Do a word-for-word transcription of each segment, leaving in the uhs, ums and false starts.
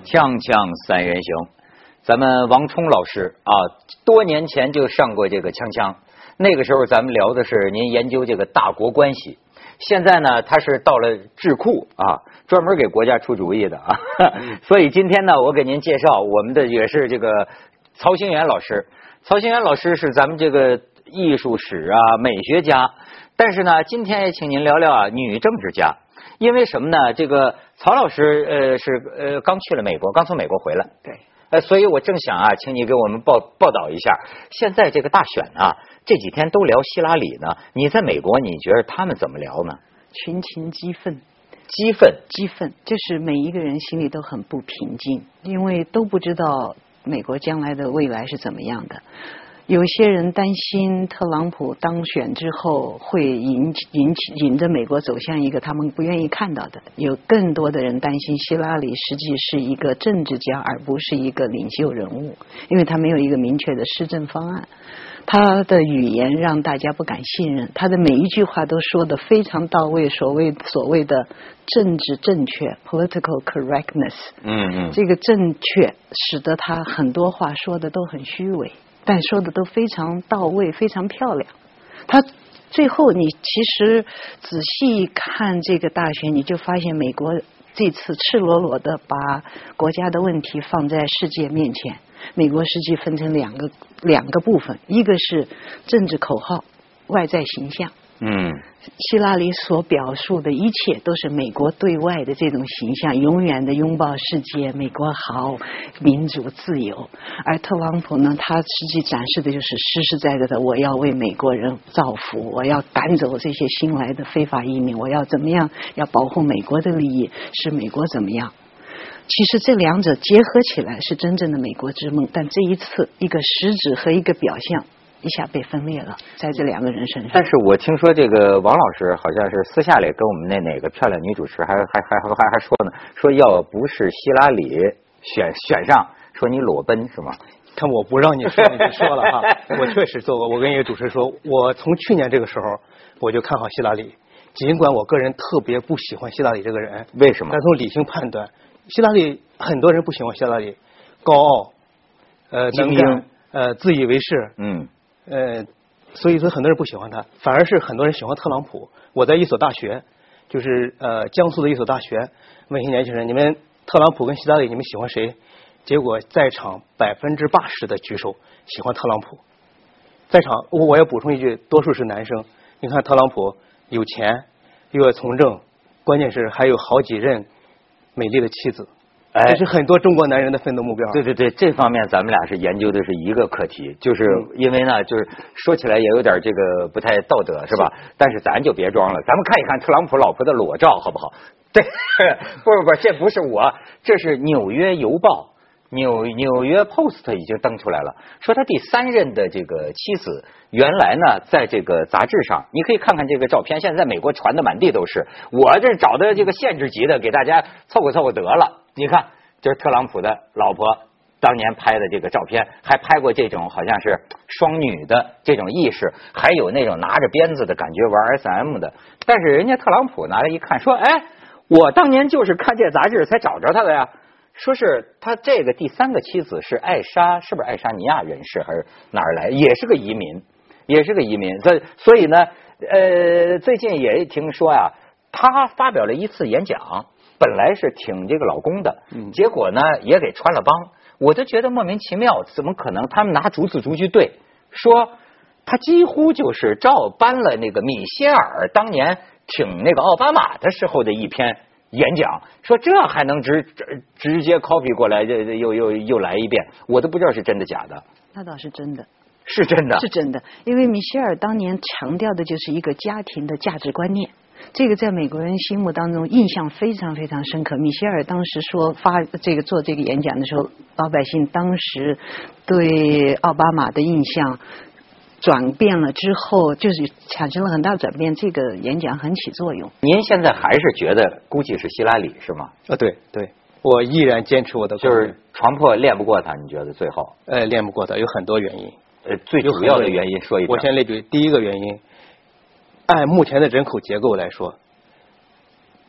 锵锵三人行，咱们王冲老师啊，多年前就上过这个锵锵，那个时候咱们聊的是您研究这个大国关系。现在呢，他是到了智库啊，专门给国家出主意的啊。所以今天呢，我给您介绍我们的也是这个曹兴元老师。曹兴元老师是咱们这个艺术史啊、美学家，但是呢，今天也请您聊聊啊，女政治家。因为什么呢？这个曹老师呃是呃刚去了美国，刚从美国回来。 对。 呃，所以我正想啊，请你给我们报报道一下，现在这个大选啊，这几天都聊希拉里呢。你在美国，你觉得他们怎么聊呢？ 群情激愤， 激愤， 激愤，就是每一个人心里都很不平静，因为都不知道美国将来的未来是怎么样的。有些人担心特朗普当选之后会引引起引着美国走向一个他们不愿意看到的，有更多的人担心希拉里实际是一个政治家而不是一个领袖人物，因为他没有一个明确的施政方案，他的语言让大家不敢信任，他的每一句话都说得非常到位，所谓所谓的政治正确 political correctness， 嗯嗯， 这个正确使得他很多话说的都很虚伪，但说的都非常到位，非常漂亮。他最后你其实仔细看这个大选，你就发现美国这次赤裸裸的把国家的问题放在世界面前。美国实际分成两个两个部分，一个是政治口号、外在形象。 嗯， 希拉里所表述的一切都是美国对外的这种形象，永远的拥抱世界，美国好，民主自由。而特朗普呢，他实际展示的就是实实在在的，我要为美国人造福，我要赶走这些新来的非法移民，我要怎么样，要保护美国的利益，使美国怎么样。其实这两者结合起来是真正的美国之梦，但这一次一个实质和一个表象一下被分裂了，在这两个人身上。 但是我听说这个王老师好像是私下里跟我们那哪个漂亮女主持还还还还还说呢，说要不是希拉里选选上，说你裸奔是吗？ 看我不让你说你就说了哈，我确实做过。我跟一个主持人说，我从去年这个时候我就看好希拉里，尽管我个人特别不喜欢希拉里这个人， 为什么？ 但从理性判断，希拉里很多人不喜欢希拉里，高傲，呃， 精英， 呃，自以为是， 嗯。 呃，所以说很多人不喜欢他，反而是很多人喜欢特朗普。我在一所大学，就是呃江苏的一所大学，问一些年轻人，你们特朗普跟希拉里你们喜欢谁？结果在场百分之八十的举手喜欢特朗普。在场我我要补充一句，多数是男生。你看特朗普有钱，又要从政，关键是还有好几任美丽的妻子。 哎， 这是很多中国男人的奋斗目标。 对对对，这方面咱们俩是研究的是一个课题，就是因为呢，就是说起来也有点这个不太道德，是吧？但是咱就别装了，咱们看一看特朗普老婆的裸照，好不好？对，不不不，这不是我，这是纽约邮报、纽纽约 Post 已经登出来了，说他第三任的这个妻子，原来呢在这个杂志上，你可以看看这个照片，现在在美国传的满地都是，我这找的这个限制级的，给大家凑合凑合得了。你看，这是特朗普的老婆当年拍的这个照片，还拍过这种好像是双女的这种意识，还有那种拿着鞭子的感觉玩 S M 的。但是人家特朗普拿来一看，说：“哎，我当年就是看这杂志才找着他的呀。”说是他这个第三个妻子是爱沙，是不是爱沙尼亚人士还是哪儿来？也是个移民，也是个移民。所以所以呢，呃，最近也听说呀，他发表了一次演讲。本来是挺这个老公的，结果呢也给穿了帮，我就觉得莫名其妙，怎么可能？他们拿逐字逐句对，说他几乎就是照搬了那个米歇尔当年挺那个奥巴马的时候的一篇演讲，说这还能直直直接 copy 过来，又又又又来一遍，我都不知道是真的假的。 那倒是真的。 是真的， 是真的，因为米歇尔当年强调的就是一个家庭的价值观念，这个在美国人心目当中印象非常非常深刻。米歇尔当时说发这个做这个演讲的时候，老百姓当时对奥巴马的印象转变了之后，就是产生了很大转变，这个演讲很起作用。 您现在还是觉得估计是希拉里是吗？ 啊，对对，我依然坚持我的观点， 就是床破练不过他，你觉得最后？ 呃，练不过他有很多原因。 呃，最主要的原因说一点。 我先列举第一个原因，按目前的人口结构来说，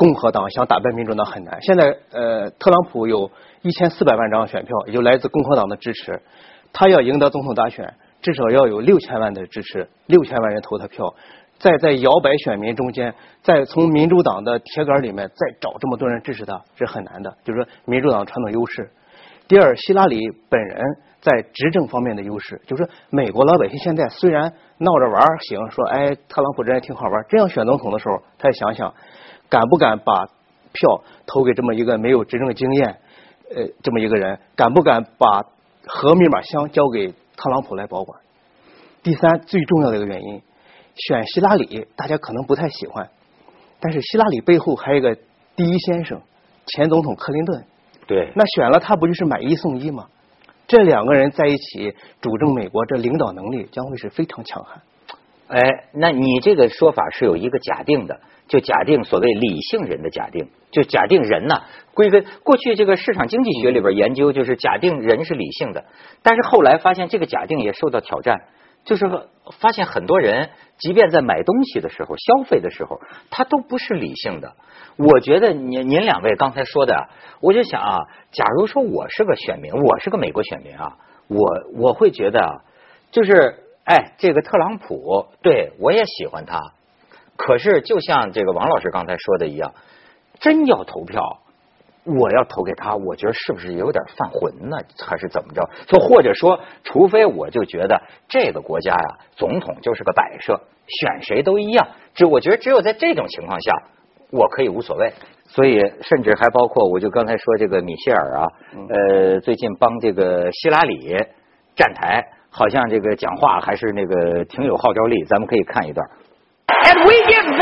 共和党想打败民主党很难。现在呃，特朗普有一千四百万张选票，也就来自共和党的支持，他要赢得总统大选，至少要有六千万的支持，六千万人投他票。再在摇摆选民中间，再从民主党的铁杆里面再找这么多人支持他，是很难的。就是说，民主党传统优势。第二，希拉里本人在执政方面的优势，就是说，美国老百姓现在虽然闹着玩行，说哎，特朗普这人挺好玩，真要选总统的时候，他也想想，敢不敢把票投给这么一个没有执政经验，呃，这么一个人，敢不敢把核密码箱交给特朗普来保管？第三，最重要的一个原因。选希拉里，大家可能不太喜欢，但是希拉里背后还有一个第一先生，前总统克林顿。 对， 那选了他不就是买一送一吗？这两个人在一起主政美国，这领导能力将会是非常强悍。 哎，那你这个说法是有一个假定的，就假定所谓理性人的假定，就假定人呢，归根过去这个市场经济学里边研究就是假定人是理性的，但是后来发现这个假定也受到挑战。就是发现很多人，即便在买东西的时候、消费的时候，他都不是理性的。我觉得您您两位刚才说的，我就想啊，假如说我是个选民，我是个美国选民啊，我我会觉得啊，就是哎，这个特朗普，对我也喜欢他，可是就像这个王老师刚才说的一样，真要投票。我要投给他，我觉得是不是有点犯浑呢？还是怎么着？说或者说，除非我就觉得这个国家呀，总统就是个摆设，选谁都一样。只我觉得只有在这种情况下，我可以无所谓。所以甚至还包括，我就刚才说这个米歇尔啊，呃，最近帮这个希拉里站台，好像这个讲话还是那个挺有号召力。咱们可以看一段。 And we give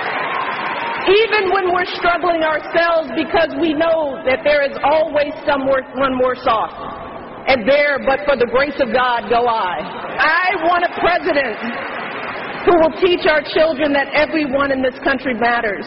back.Even when we're struggling ourselves because we know that there is always someone worse off. And there, but for the grace of God, go I. I want a president who will teach our children that everyone in this country matters.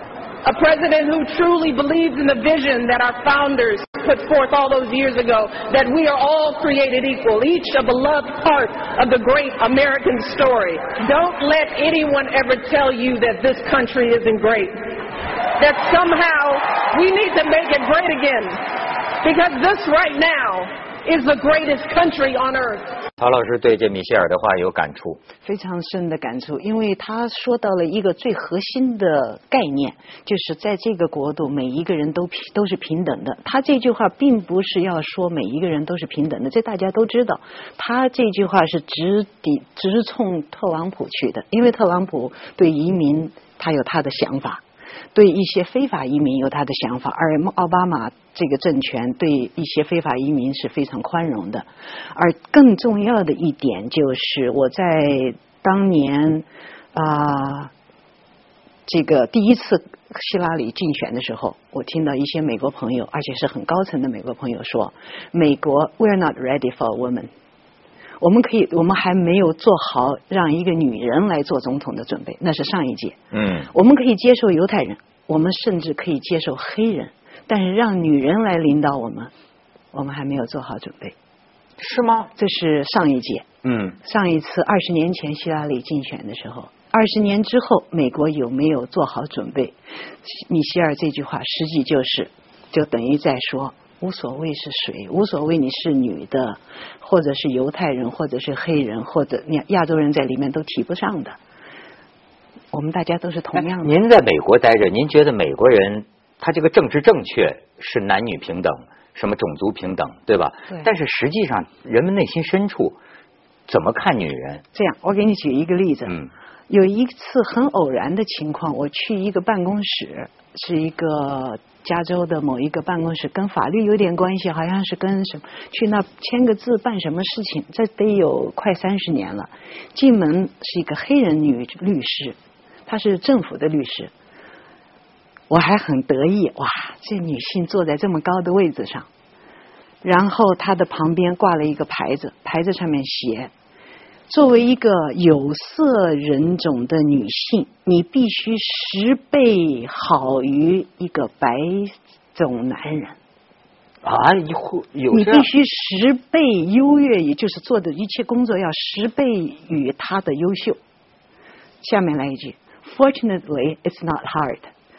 A president who truly believes in the vision that our founders put forth all those years ago, that we are all created equal, each a beloved part of the great American story. Don't let anyone ever tell you that this country isn't great. That somehow we need to make it great again. Because this right now is the greatest country on earth. 陶老师对这米歇尔的话有感触， 非常深的感触，因为他说到了一个最核心的概念，就是在这个国度每一个人都平都是平等的。他这句话并不是要说每一个人都是平等的，这大家都知道。他这句话是直抵直冲特朗普去的，因为特朗普对移民他有他的想法。对一些非法移民有他的想法，而奥巴马这个政权对一些非法移民是非常宽容的。而更重要的一点就是，我在当年啊、呃，这个第一次希拉里竞选的时候，我听到一些美国朋友，而且是很高层的美国朋友说，美国 we're not ready for a woman。我们可以，我们还没有做好让一个女人来做总统的准备，那是上一届。 嗯， 我们可以接受犹太人，我们甚至可以接受黑人，但是让女人来领导我们，我们还没有做好准备。 是吗？ 这是上一届。 嗯， 上一次二十年前希拉里竞选的时候，二十年之后美国有没有做好准备？米歇尔这句话实际就是，就等于在说。无所谓是谁，无所谓你是女的，或者是犹太人，或者是黑人，或者亚洲人在里面都提不上的。我们大家都是同样的。 您在美国待着，您觉得美国人他这个政治正确是男女平等，什么种族平等，对吧？ 对。 但是实际上，人们内心深处怎么看女人？ 这样，我给你举一个例子。 嗯。 有一次很偶然的情况，我去一个办公室，是一个加州的某一个办公室，跟法律有点关系，好像是跟什么去那签个字办什么事情，这得有快三十年了。进门是一个黑人女律师，她是政府的律师，我还很得意，哇，这女性坐在这么高的位置上。然后她的旁边挂了一个牌子，牌子上面写，作为一个有色人种的女性，你必须十倍好于一个白种男人啊！有有你必须十倍优越，也就是做的一切工作要十倍于他的优秀。下面来一句 ，Fortunately, it's not hard。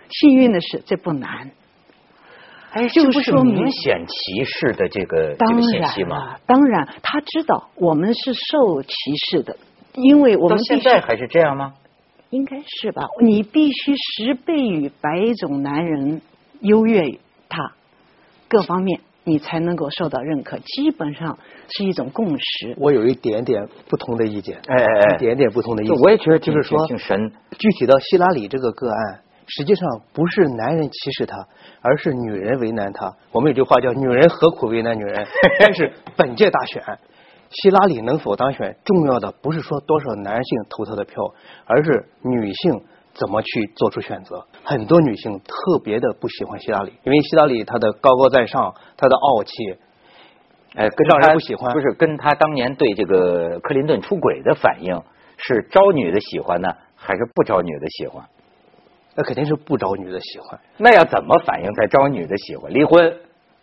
幸运的是，这不难。 哎， 就是说明显歧视的这个这个信息吗？ 当然，他知道我们是受歧视的，因为我们到现在还是这样吗？ 应该是吧。你必须十倍于白种男人优越于他，各方面你才能够受到认可，基本上是一种共识。 我有一点点不同的意见， 哎哎哎， 一点点不同的意见。 我也觉得就是说， 挺神。 具体到希拉里这个个案，实际上不是男人歧视他，而是女人为难他。我们有句话叫"女人何苦为难女人"。但是本届大选，希拉里能否当选，重要的不是说多少男性投他的票，而是女性怎么去做出选择。很多女性特别的不喜欢希拉里，因为希拉里她的高高在上，她的傲气， 哎，跟让人不喜欢。 不是跟他当年对这个克林顿出轨的反应，是招女的喜欢呢，还是不招女的喜欢？ 那肯定是不招女的喜欢。 那要怎么反应才招女的喜欢？离婚？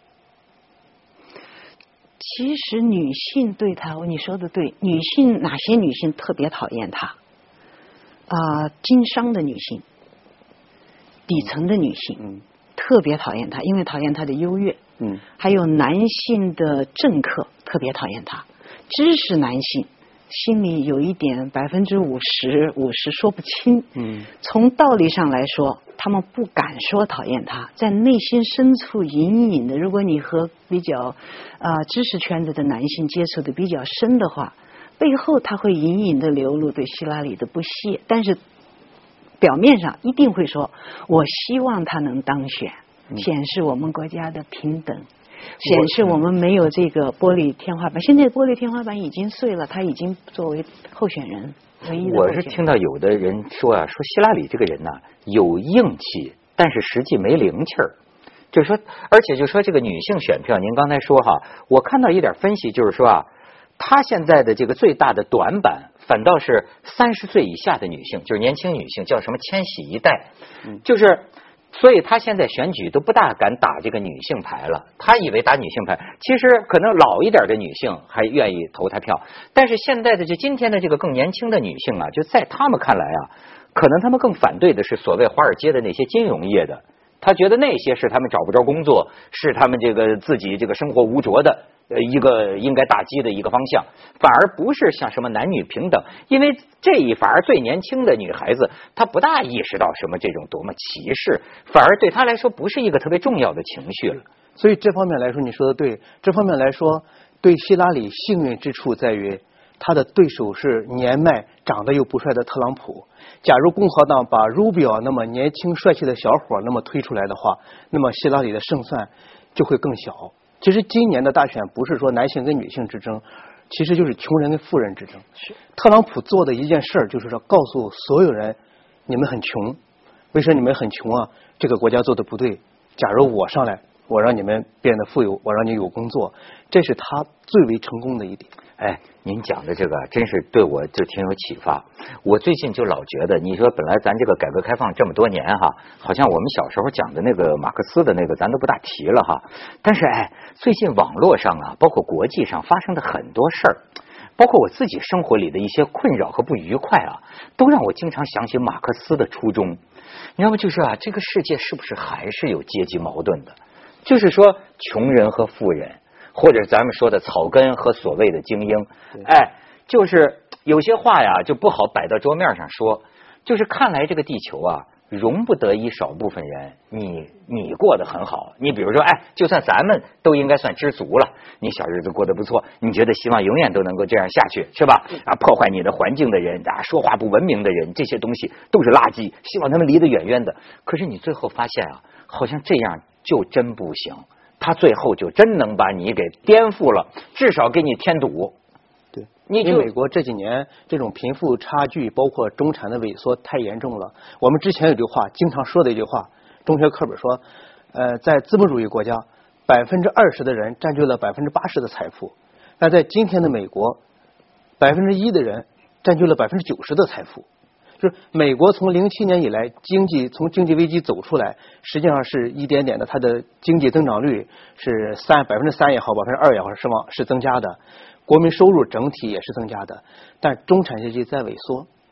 其实女性对他，你说的对，女性哪些女性特别讨厌他？啊、呃，经商的女性，底层的女性， 嗯， 特别讨厌他，因为讨厌他的优越。 嗯， 还有男性的政客特别讨厌他，知识男性心里有一点百分之五十五十说不清。 嗯， 从道理上来说，他们不敢说讨厌他，在内心深处隐隐的，如果你和比较啊、呃、知识圈子的男性接触的比较深的话，背后他会隐隐的流露对希拉里的不屑，但是表面上一定会说我希望他能当选，显示我们国家的平等，显示我们没有这个玻璃天花板。现在玻璃天花板已经碎了，他已经作为候选人唯一的候选人。 我是听到有的人说啊，说希拉里这个人呐、啊、有硬气，但是实际没灵气儿。就是说，而且就说这个女性选票，您刚才说哈，我看到一点分析，就是说啊，她现在的这个最大的短板，反倒是三十岁以下的女性，就是年轻女性，叫什么千禧一代，就是。所以他现在选举都不大敢打这个女性牌了，他以为打女性牌，其实可能老一点的女性还愿意投他票，但是现在的就今天的这个更年轻的女性啊，就在他们看来啊，可能他们更反对的是所谓华尔街的那些金融业的，他觉得那些是他们找不着工作，是他们这个自己这个生活无着的呃一个应该打击的一个方向，反而不是像什么男女平等，因为这一反而最年轻的女孩子她不大意识到什么这种多么歧视，反而对她来说不是一个特别重要的情绪了。 所以这方面来说你说的对，这方面来说对希拉里幸运之处在于他的对手是年迈长得又不帅的特朗普。假如共和党把 Rubio 那么年轻帅气的小伙那么推出来的话，那么希拉里的胜算就会更小。其实今年的大选不是说男性跟女性之争，其实就是穷人跟富人之争。特朗普做的一件事就是说告诉所有人，你们很穷，为什么你们很穷啊？这个国家做的不对，假如我上来，我让你们变得富有，我让你有工作，这是他最为成功的一点。 哎，您讲的这个真是对我就挺有启发。我最近就老觉得，你说本来咱这个改革开放这么多年哈，好像我们小时候讲的那个马克思的那个咱都不大提了哈。但是哎，最近网络上啊，包括国际上发生的很多事儿，包括我自己生活里的一些困扰和不愉快啊，都让我经常想起马克思的初衷。你知道吗？就是啊，这个世界是不是还是有阶级矛盾的？就是说，穷人和富人。或者咱们说的草根和所谓的精英，哎，就是有些话呀就不好摆到桌面上说，就是看来这个地球啊容不得一少部分人你你过得很好，你比如说哎，就算咱们都应该算知足了，你小日子过得不错，你觉得希望永远都能够这样下去是吧？啊，破坏你的环境的人啊，说话不文明的人，这些东西都是垃圾，希望他们离得远远的。可是你最后发现啊，好像这样就真不行。他最后就真能把你给颠覆了，至少给你添堵。 对， 你因为美国这几年这种贫富差距，包括中产的萎缩太严重了。我们之前有句话，经常说的一句话，中学课本说，呃，在资本主义国家，百分之二十的人占据了百分之八十的财富，那在今天的美国，百分之一的人占据了百分之九十的财富。就是美国从零七年以来，经济从经济危机走出来，实际上是一点点的，它的经济增长率是三百分之三也好，百分之二也好，是往是增加的，国民收入整体也是增加的，但中产阶级在萎缩。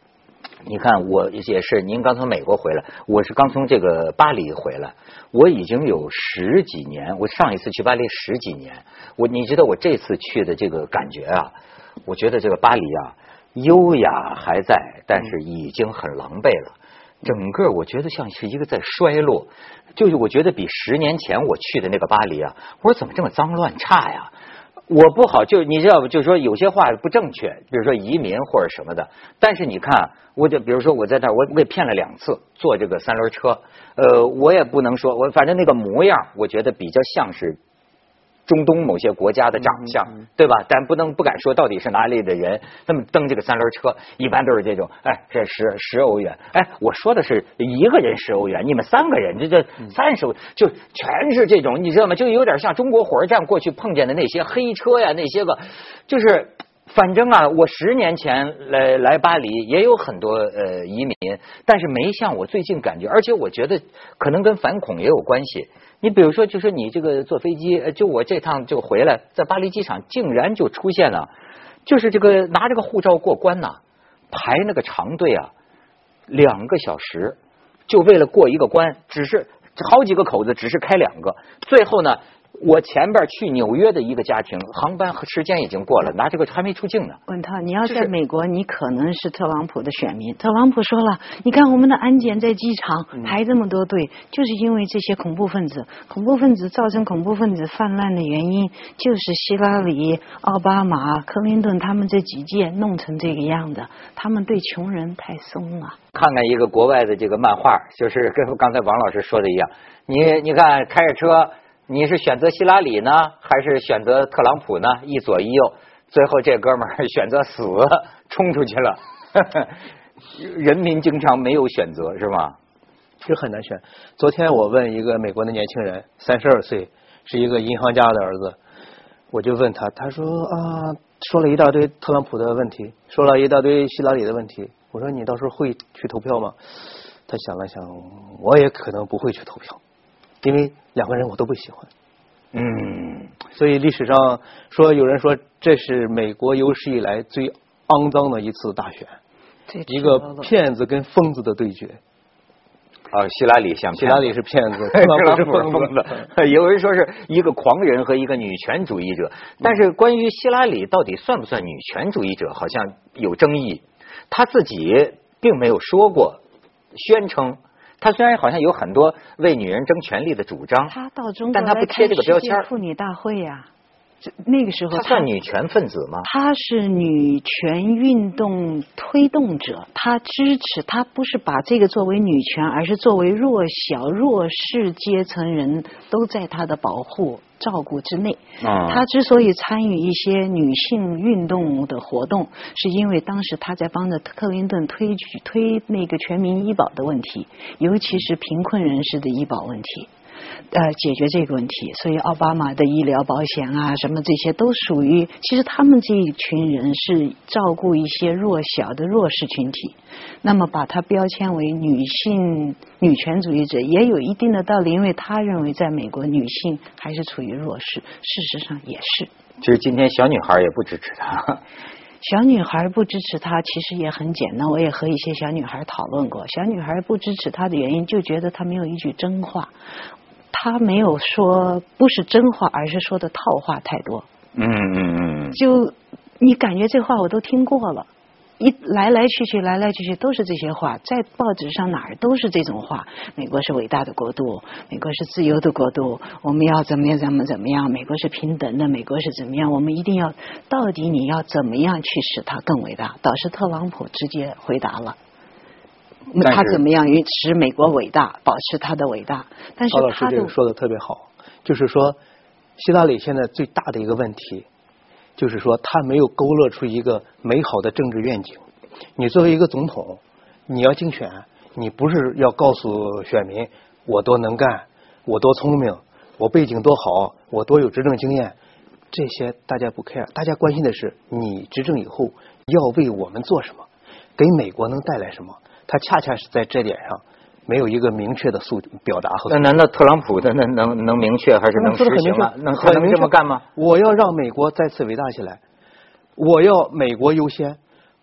你看我也是，您刚从美国回来，我是刚从这个巴黎回来，我已经有十几年，我上一次去巴黎十几年，我你知道我这次去的这个感觉啊，我觉得这个巴黎啊，优雅还在，但是已经很狼狈了。整个我觉得像是一个在衰落，就是我觉得比十年前我去的那个巴黎啊，我说怎么这么脏乱差呀？我不好，就你知道，就是说有些话不正确，比如说移民或者什么的。但是你看，我就比如说我在那儿，我我给骗了两次坐这个三轮车，呃，我也不能说，我反正那个模样，我觉得比较像是中东某些国家的长相，嗯嗯、对吧？但不能不敢说到底是哪里的人。那么蹬这个三轮车，一般都是这种，哎，这十十欧元，哎，我说的是一个人十欧元，你们三个人这这三十，就全是这种，你知道吗？就有点像中国火车站过去碰见的那些黑车呀，那些个，就是。反正啊，我十年前来来巴黎也有很多呃移民，但是没像我最近感觉，而且我觉得可能跟反恐也有关系。你比如说，就说你这个坐飞机，就我这趟就回来，在巴黎机场竟然就出现了，就是这个拿这个护照过关呐、啊，排那个长队啊，两个小时，就为了过一个关，只是好几个口子，只是开两个，最后呢。我前边去纽约的一个家庭，航班时间已经过了，拿这个还没出境呢。 问他，你要在美国，你可能是特朗普的选民。特朗普说了，你看我们的安检在机场排这么多队，就是因为这些恐怖分子。恐怖分子造成恐怖分子泛滥的原因，就是希拉里、奥巴马、克林顿他们这几届弄成这个样子，他们对穷人太松了。 看看一个国外的这个漫画，就是跟刚才王老师说的一样，你你看开着车。你是选择希拉里呢，还是选择特朗普呢？一左一右，最后这哥们儿选择死，冲出去了。人民经常没有选择，是吧？ 其实很难选。昨天我问一个美国的年轻人，三十二岁，是一个银行家的儿子，我就问他，他说啊，说了一大堆特朗普的问题，说了一大堆希拉里的问题。我说你到时候会去投票吗？他想了想，我也可能不会去投票。因为两个人我都不喜欢， 嗯， 所以历史上说有人说这是美国有史以来最肮脏的一次大选，一个骗子跟疯子的对决。 啊，希拉里像希拉里是骗子，特朗普是疯子。有人说是一个狂人和一个女权主义者，但是关于希拉里到底算不算女权主义者，好像有争议。他自己并没有说过，宣称。他虽然好像有很多为女人争权利的主张， 他到中国但他不贴这个标签。 妇女大会呀、啊，那个时候他, 他算女权分子吗？ 他是女权运动推动者，他支持，他不是把这个作为女权，而是作为弱小弱势阶层人都在他的保护照顾之内。 嗯、 他之所以参与一些女性运动的活动，是因为当时他在帮着克林顿推举推那个全民医保的问题，尤其是贫困人士的医保问题。呃，解决这个问题，所以奥巴马的医疗保险啊，什么这些都属于，其实他们这一群人是照顾一些弱小的弱势群体，那么把他标签为女性女权主义者也有一定的道理，因为他认为在美国女性还是处于弱势，事实上也是。 其实今天小女孩也不支持他。 小女孩不支持他其实也很简单，我也和一些小女孩讨论过，小女孩不支持他的原因就觉得他没有一句真话，他没有说不是真话，而是说的套话太多。 嗯嗯嗯。 就你感觉这话我都听过了，一来来去去来来去去都是这些话，在报纸上哪儿都是这种话。美国是伟大的国度，美国是自由的国度，我们要怎么样怎么怎么样，美国是平等的，美国是怎么样，我们一定要，到底你要怎么样去使它更伟大？倒是特朗普直接回答了。他怎么样使美国伟大，保持他的伟大？但是他这个说的特别好，就是说，希拉里现在最大的一个问题，就是说他没有勾勒出一个美好的政治愿景。你作为一个总统，你要竞选，你不是要告诉选民我多能干，我多聪明，我背景多好，我多有执政经验，这些大家不 care， 大家关心的是你执政以后要为我们做什么，给美国能带来什么。他恰恰是在这点上没有一个明确的诉表达和。 那难道特朗普的那能能明确还是能实行吗？能他能这么干吗？ 我要让美国再次伟大起来，我要美国优先，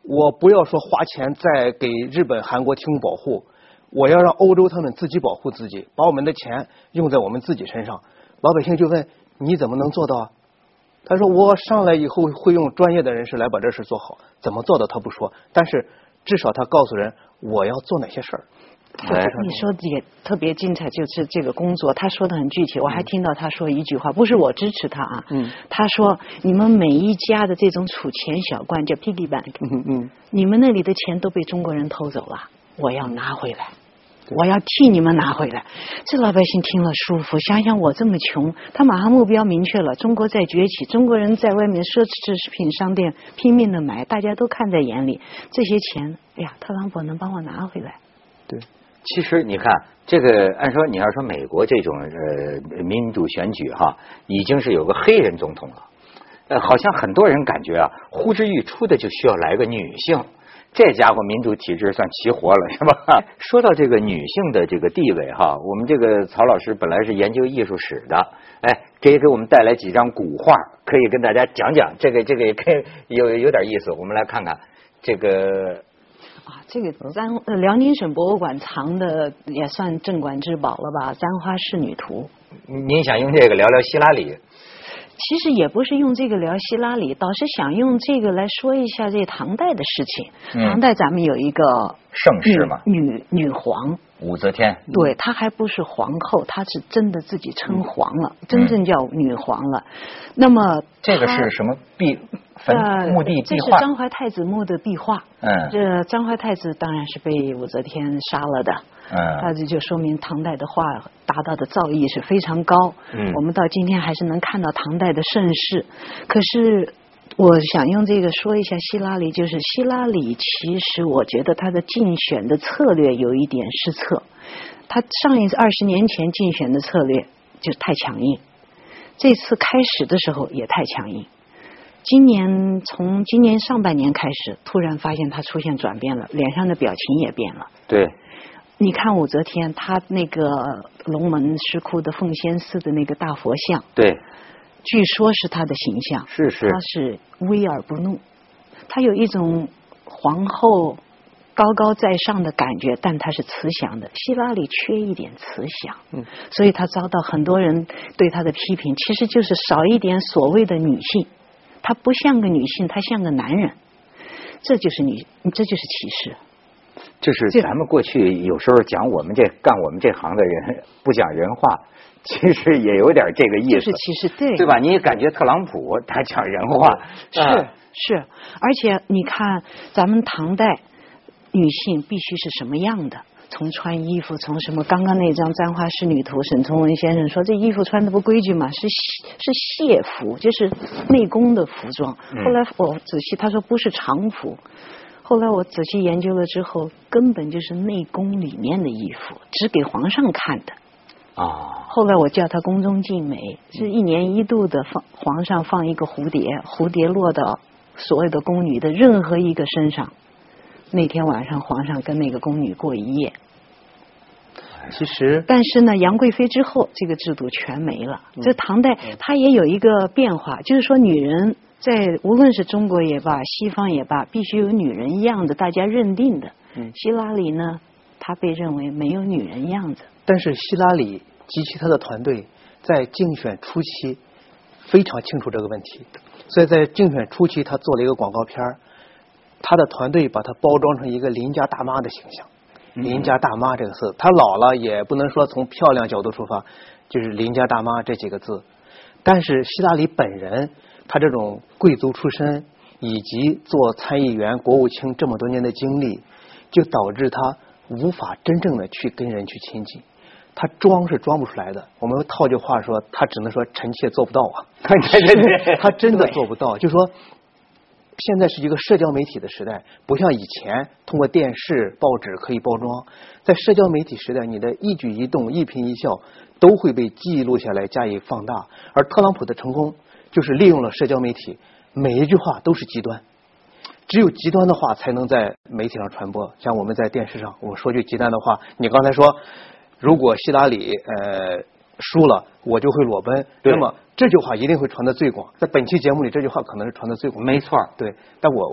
我不要说花钱再给日本、韩国提供保护，我要让欧洲他们自己保护自己，把我们的钱用在我们自己身上。老百姓就问你怎么能做到啊？他说我上来以后会用专业的人士来把这事做好，怎么做到他不说，但是至少他告诉人我要做哪些事儿。 哎，你说也特别精彩，就是这个工作，他说的很具体。我还听到他说一句话，不是我支持他啊，嗯，他说你们每一家的这种储钱小罐叫 piggy bank， 嗯嗯，你们那里的钱都被中国人偷走了，我要拿回来，我要替你们拿回来。这老百姓听了舒服，想想我这么穷，他马上目标明确了，中国在崛起，中国人在外面奢侈品商店拼命的买，大家都看在眼里，这些钱，哎呀，特朗普能帮我拿回来。 对。 其实你看，这个按说你要说美国这种呃民主选举哈，已经是有个黑人总统了，呃，好像很多人感觉啊，呼之欲出的就需要来个女性，这家伙民主体制算齐活了，是吧？说到这个女性的这个地位哈，我们这个曹老师本来是研究艺术史的，哎，可以给我们带来几张古画，可以跟大家讲讲，这个这个也可以有有点意思，我们来看看这个。 啊，这个簪呃辽宁省博物馆藏的也算镇馆之宝了吧？簪花仕女图。 您想用这个聊聊希拉里？ 其实也不是用这个聊希拉里，倒是想用这个来说一下这唐代的事情。嗯、唐代咱们有一个盛世嘛， 女女皇武则天。 对，她还不是皇后，她是真的自己称皇了，嗯、真正叫女皇了。那么这个是什么壁？ 呃， 墓地壁画， 这是张怀太子墓的壁画。嗯，这张怀太子当然是被武则天杀了的。嗯，那这就说明唐代的画达到的造诣是非常高。嗯，我们到今天还是能看到唐代的盛世。可是我想用这个说一下希拉里，就是希拉里其实我觉得他的竞选的策略有一点失策。他上一次二十年前竞选的策略就是太强硬，这次开始的时候也太强硬。今年从今年上半年开始，突然发现他出现转变了，脸上的表情也变了。 对， 你看武则天，她那个龙门石窟的奉先寺的那个大佛像， 对， 据说是她的形象， 是是， 她是威而不怒，她有一种皇后高高在上的感觉，但她是慈祥的。希拉里缺一点慈祥，嗯，所以她遭到很多人对她的批评，其实就是少一点所谓的女性。她不像个女性，她像个男人，这就是女，这就是歧视。 就是咱们过去有时候讲我们这干我们这行的人不讲人话，其实也有点这个意思。 就是歧视，对对吧？你感觉特朗普他讲人话， 是、啊、是，而且你看咱们唐代女性必须是什么样的？从穿衣服，从什么刚刚那张簪花仕女图，沈从文先生说这衣服穿的不规矩嘛，是是谢服，就是内宫的服装。后来我仔细他说不是常服，后来我仔细研究了之后，根本就是内宫里面的衣服，只给皇上看的。 啊！ 后来我叫它宫中静美，是一年一度的放皇上放一个蝴蝶，蝴蝶落到所有的宫女的任何一个身上。那天晚上，皇上跟那个宫女过一夜。 其实， 但是呢，杨贵妃之后，这个制度全没了。嗯、这唐代它也有一个变化，就是说，女人在无论是中国也罢，西方也罢，必须有女人样子，大家认定的。嗯、希拉里呢，她被认为没有女人样子。 但是希拉里及其他的团队在竞选初期非常清楚这个问题，所以在竞选初期，他做了一个广告片儿。他的团队把他包装成一个邻家大妈的形象，邻家大妈这个字，他老了也不能说从漂亮角度出发，就是邻家大妈这几个字。但是希拉里本人，他这种贵族出身以及做参议员、国务卿这么多年的经历，就导致他无法真正的去跟人去亲近。他装是装不出来的。我们套句话说，他只能说臣妾做不到啊。 对对对， 他真的做不到。就说。现在是一个社交媒体的时代，不像以前通过电视、报纸可以包装。在社交媒体时代，你的一举一动、一颦一笑都会被记录下来，加以放大。而特朗普的成功就是利用了社交媒体，每一句话都是极端，只有极端的话才能在媒体上传播。像我们在电视上，我说句极端的话，你刚才说，如果希拉里呃输了，我就会裸奔，那么这句话一定会传得最广。在本期节目里，这句话可能是传得最广。 没错， 对。但我我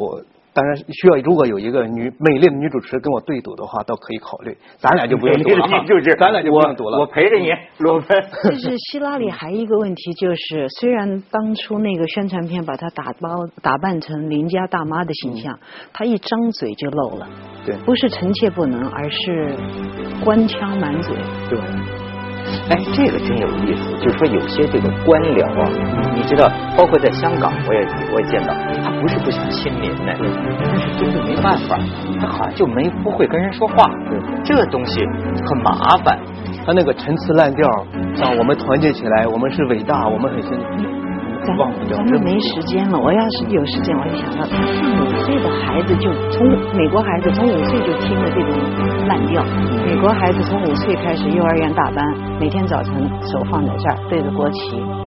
当然需要，如果有一个女美丽的女主持跟我对赌的话，倒可以考虑。咱俩就不用赌了， 女主持， 咱俩就不用赌了。 我, 我陪着你，罗芬。 就是希拉里还一个问题，就是虽然当初那个宣传片把她打包打扮成邻家大妈的形象，她一张嘴就漏了。 对， 不是臣妾不能，而是官腔满嘴。 对。 哎，这个真有意思，就是说有些这个官僚啊，你知道，包括在香港，我也我也见到，他不是不想亲民呢，但是真的没办法，他好像就没不会跟人说话，这个东西很麻烦。 他那个陈词滥调，像我们团结起来，我们是伟大，我们很辛苦。 咱咱们没时间了，我要是有时间，我就想到，他上五岁的孩子就从美国孩子从五岁就听了这种滥调，美国孩子从五岁开始幼儿园大班，每天早晨手放在这儿对着国旗。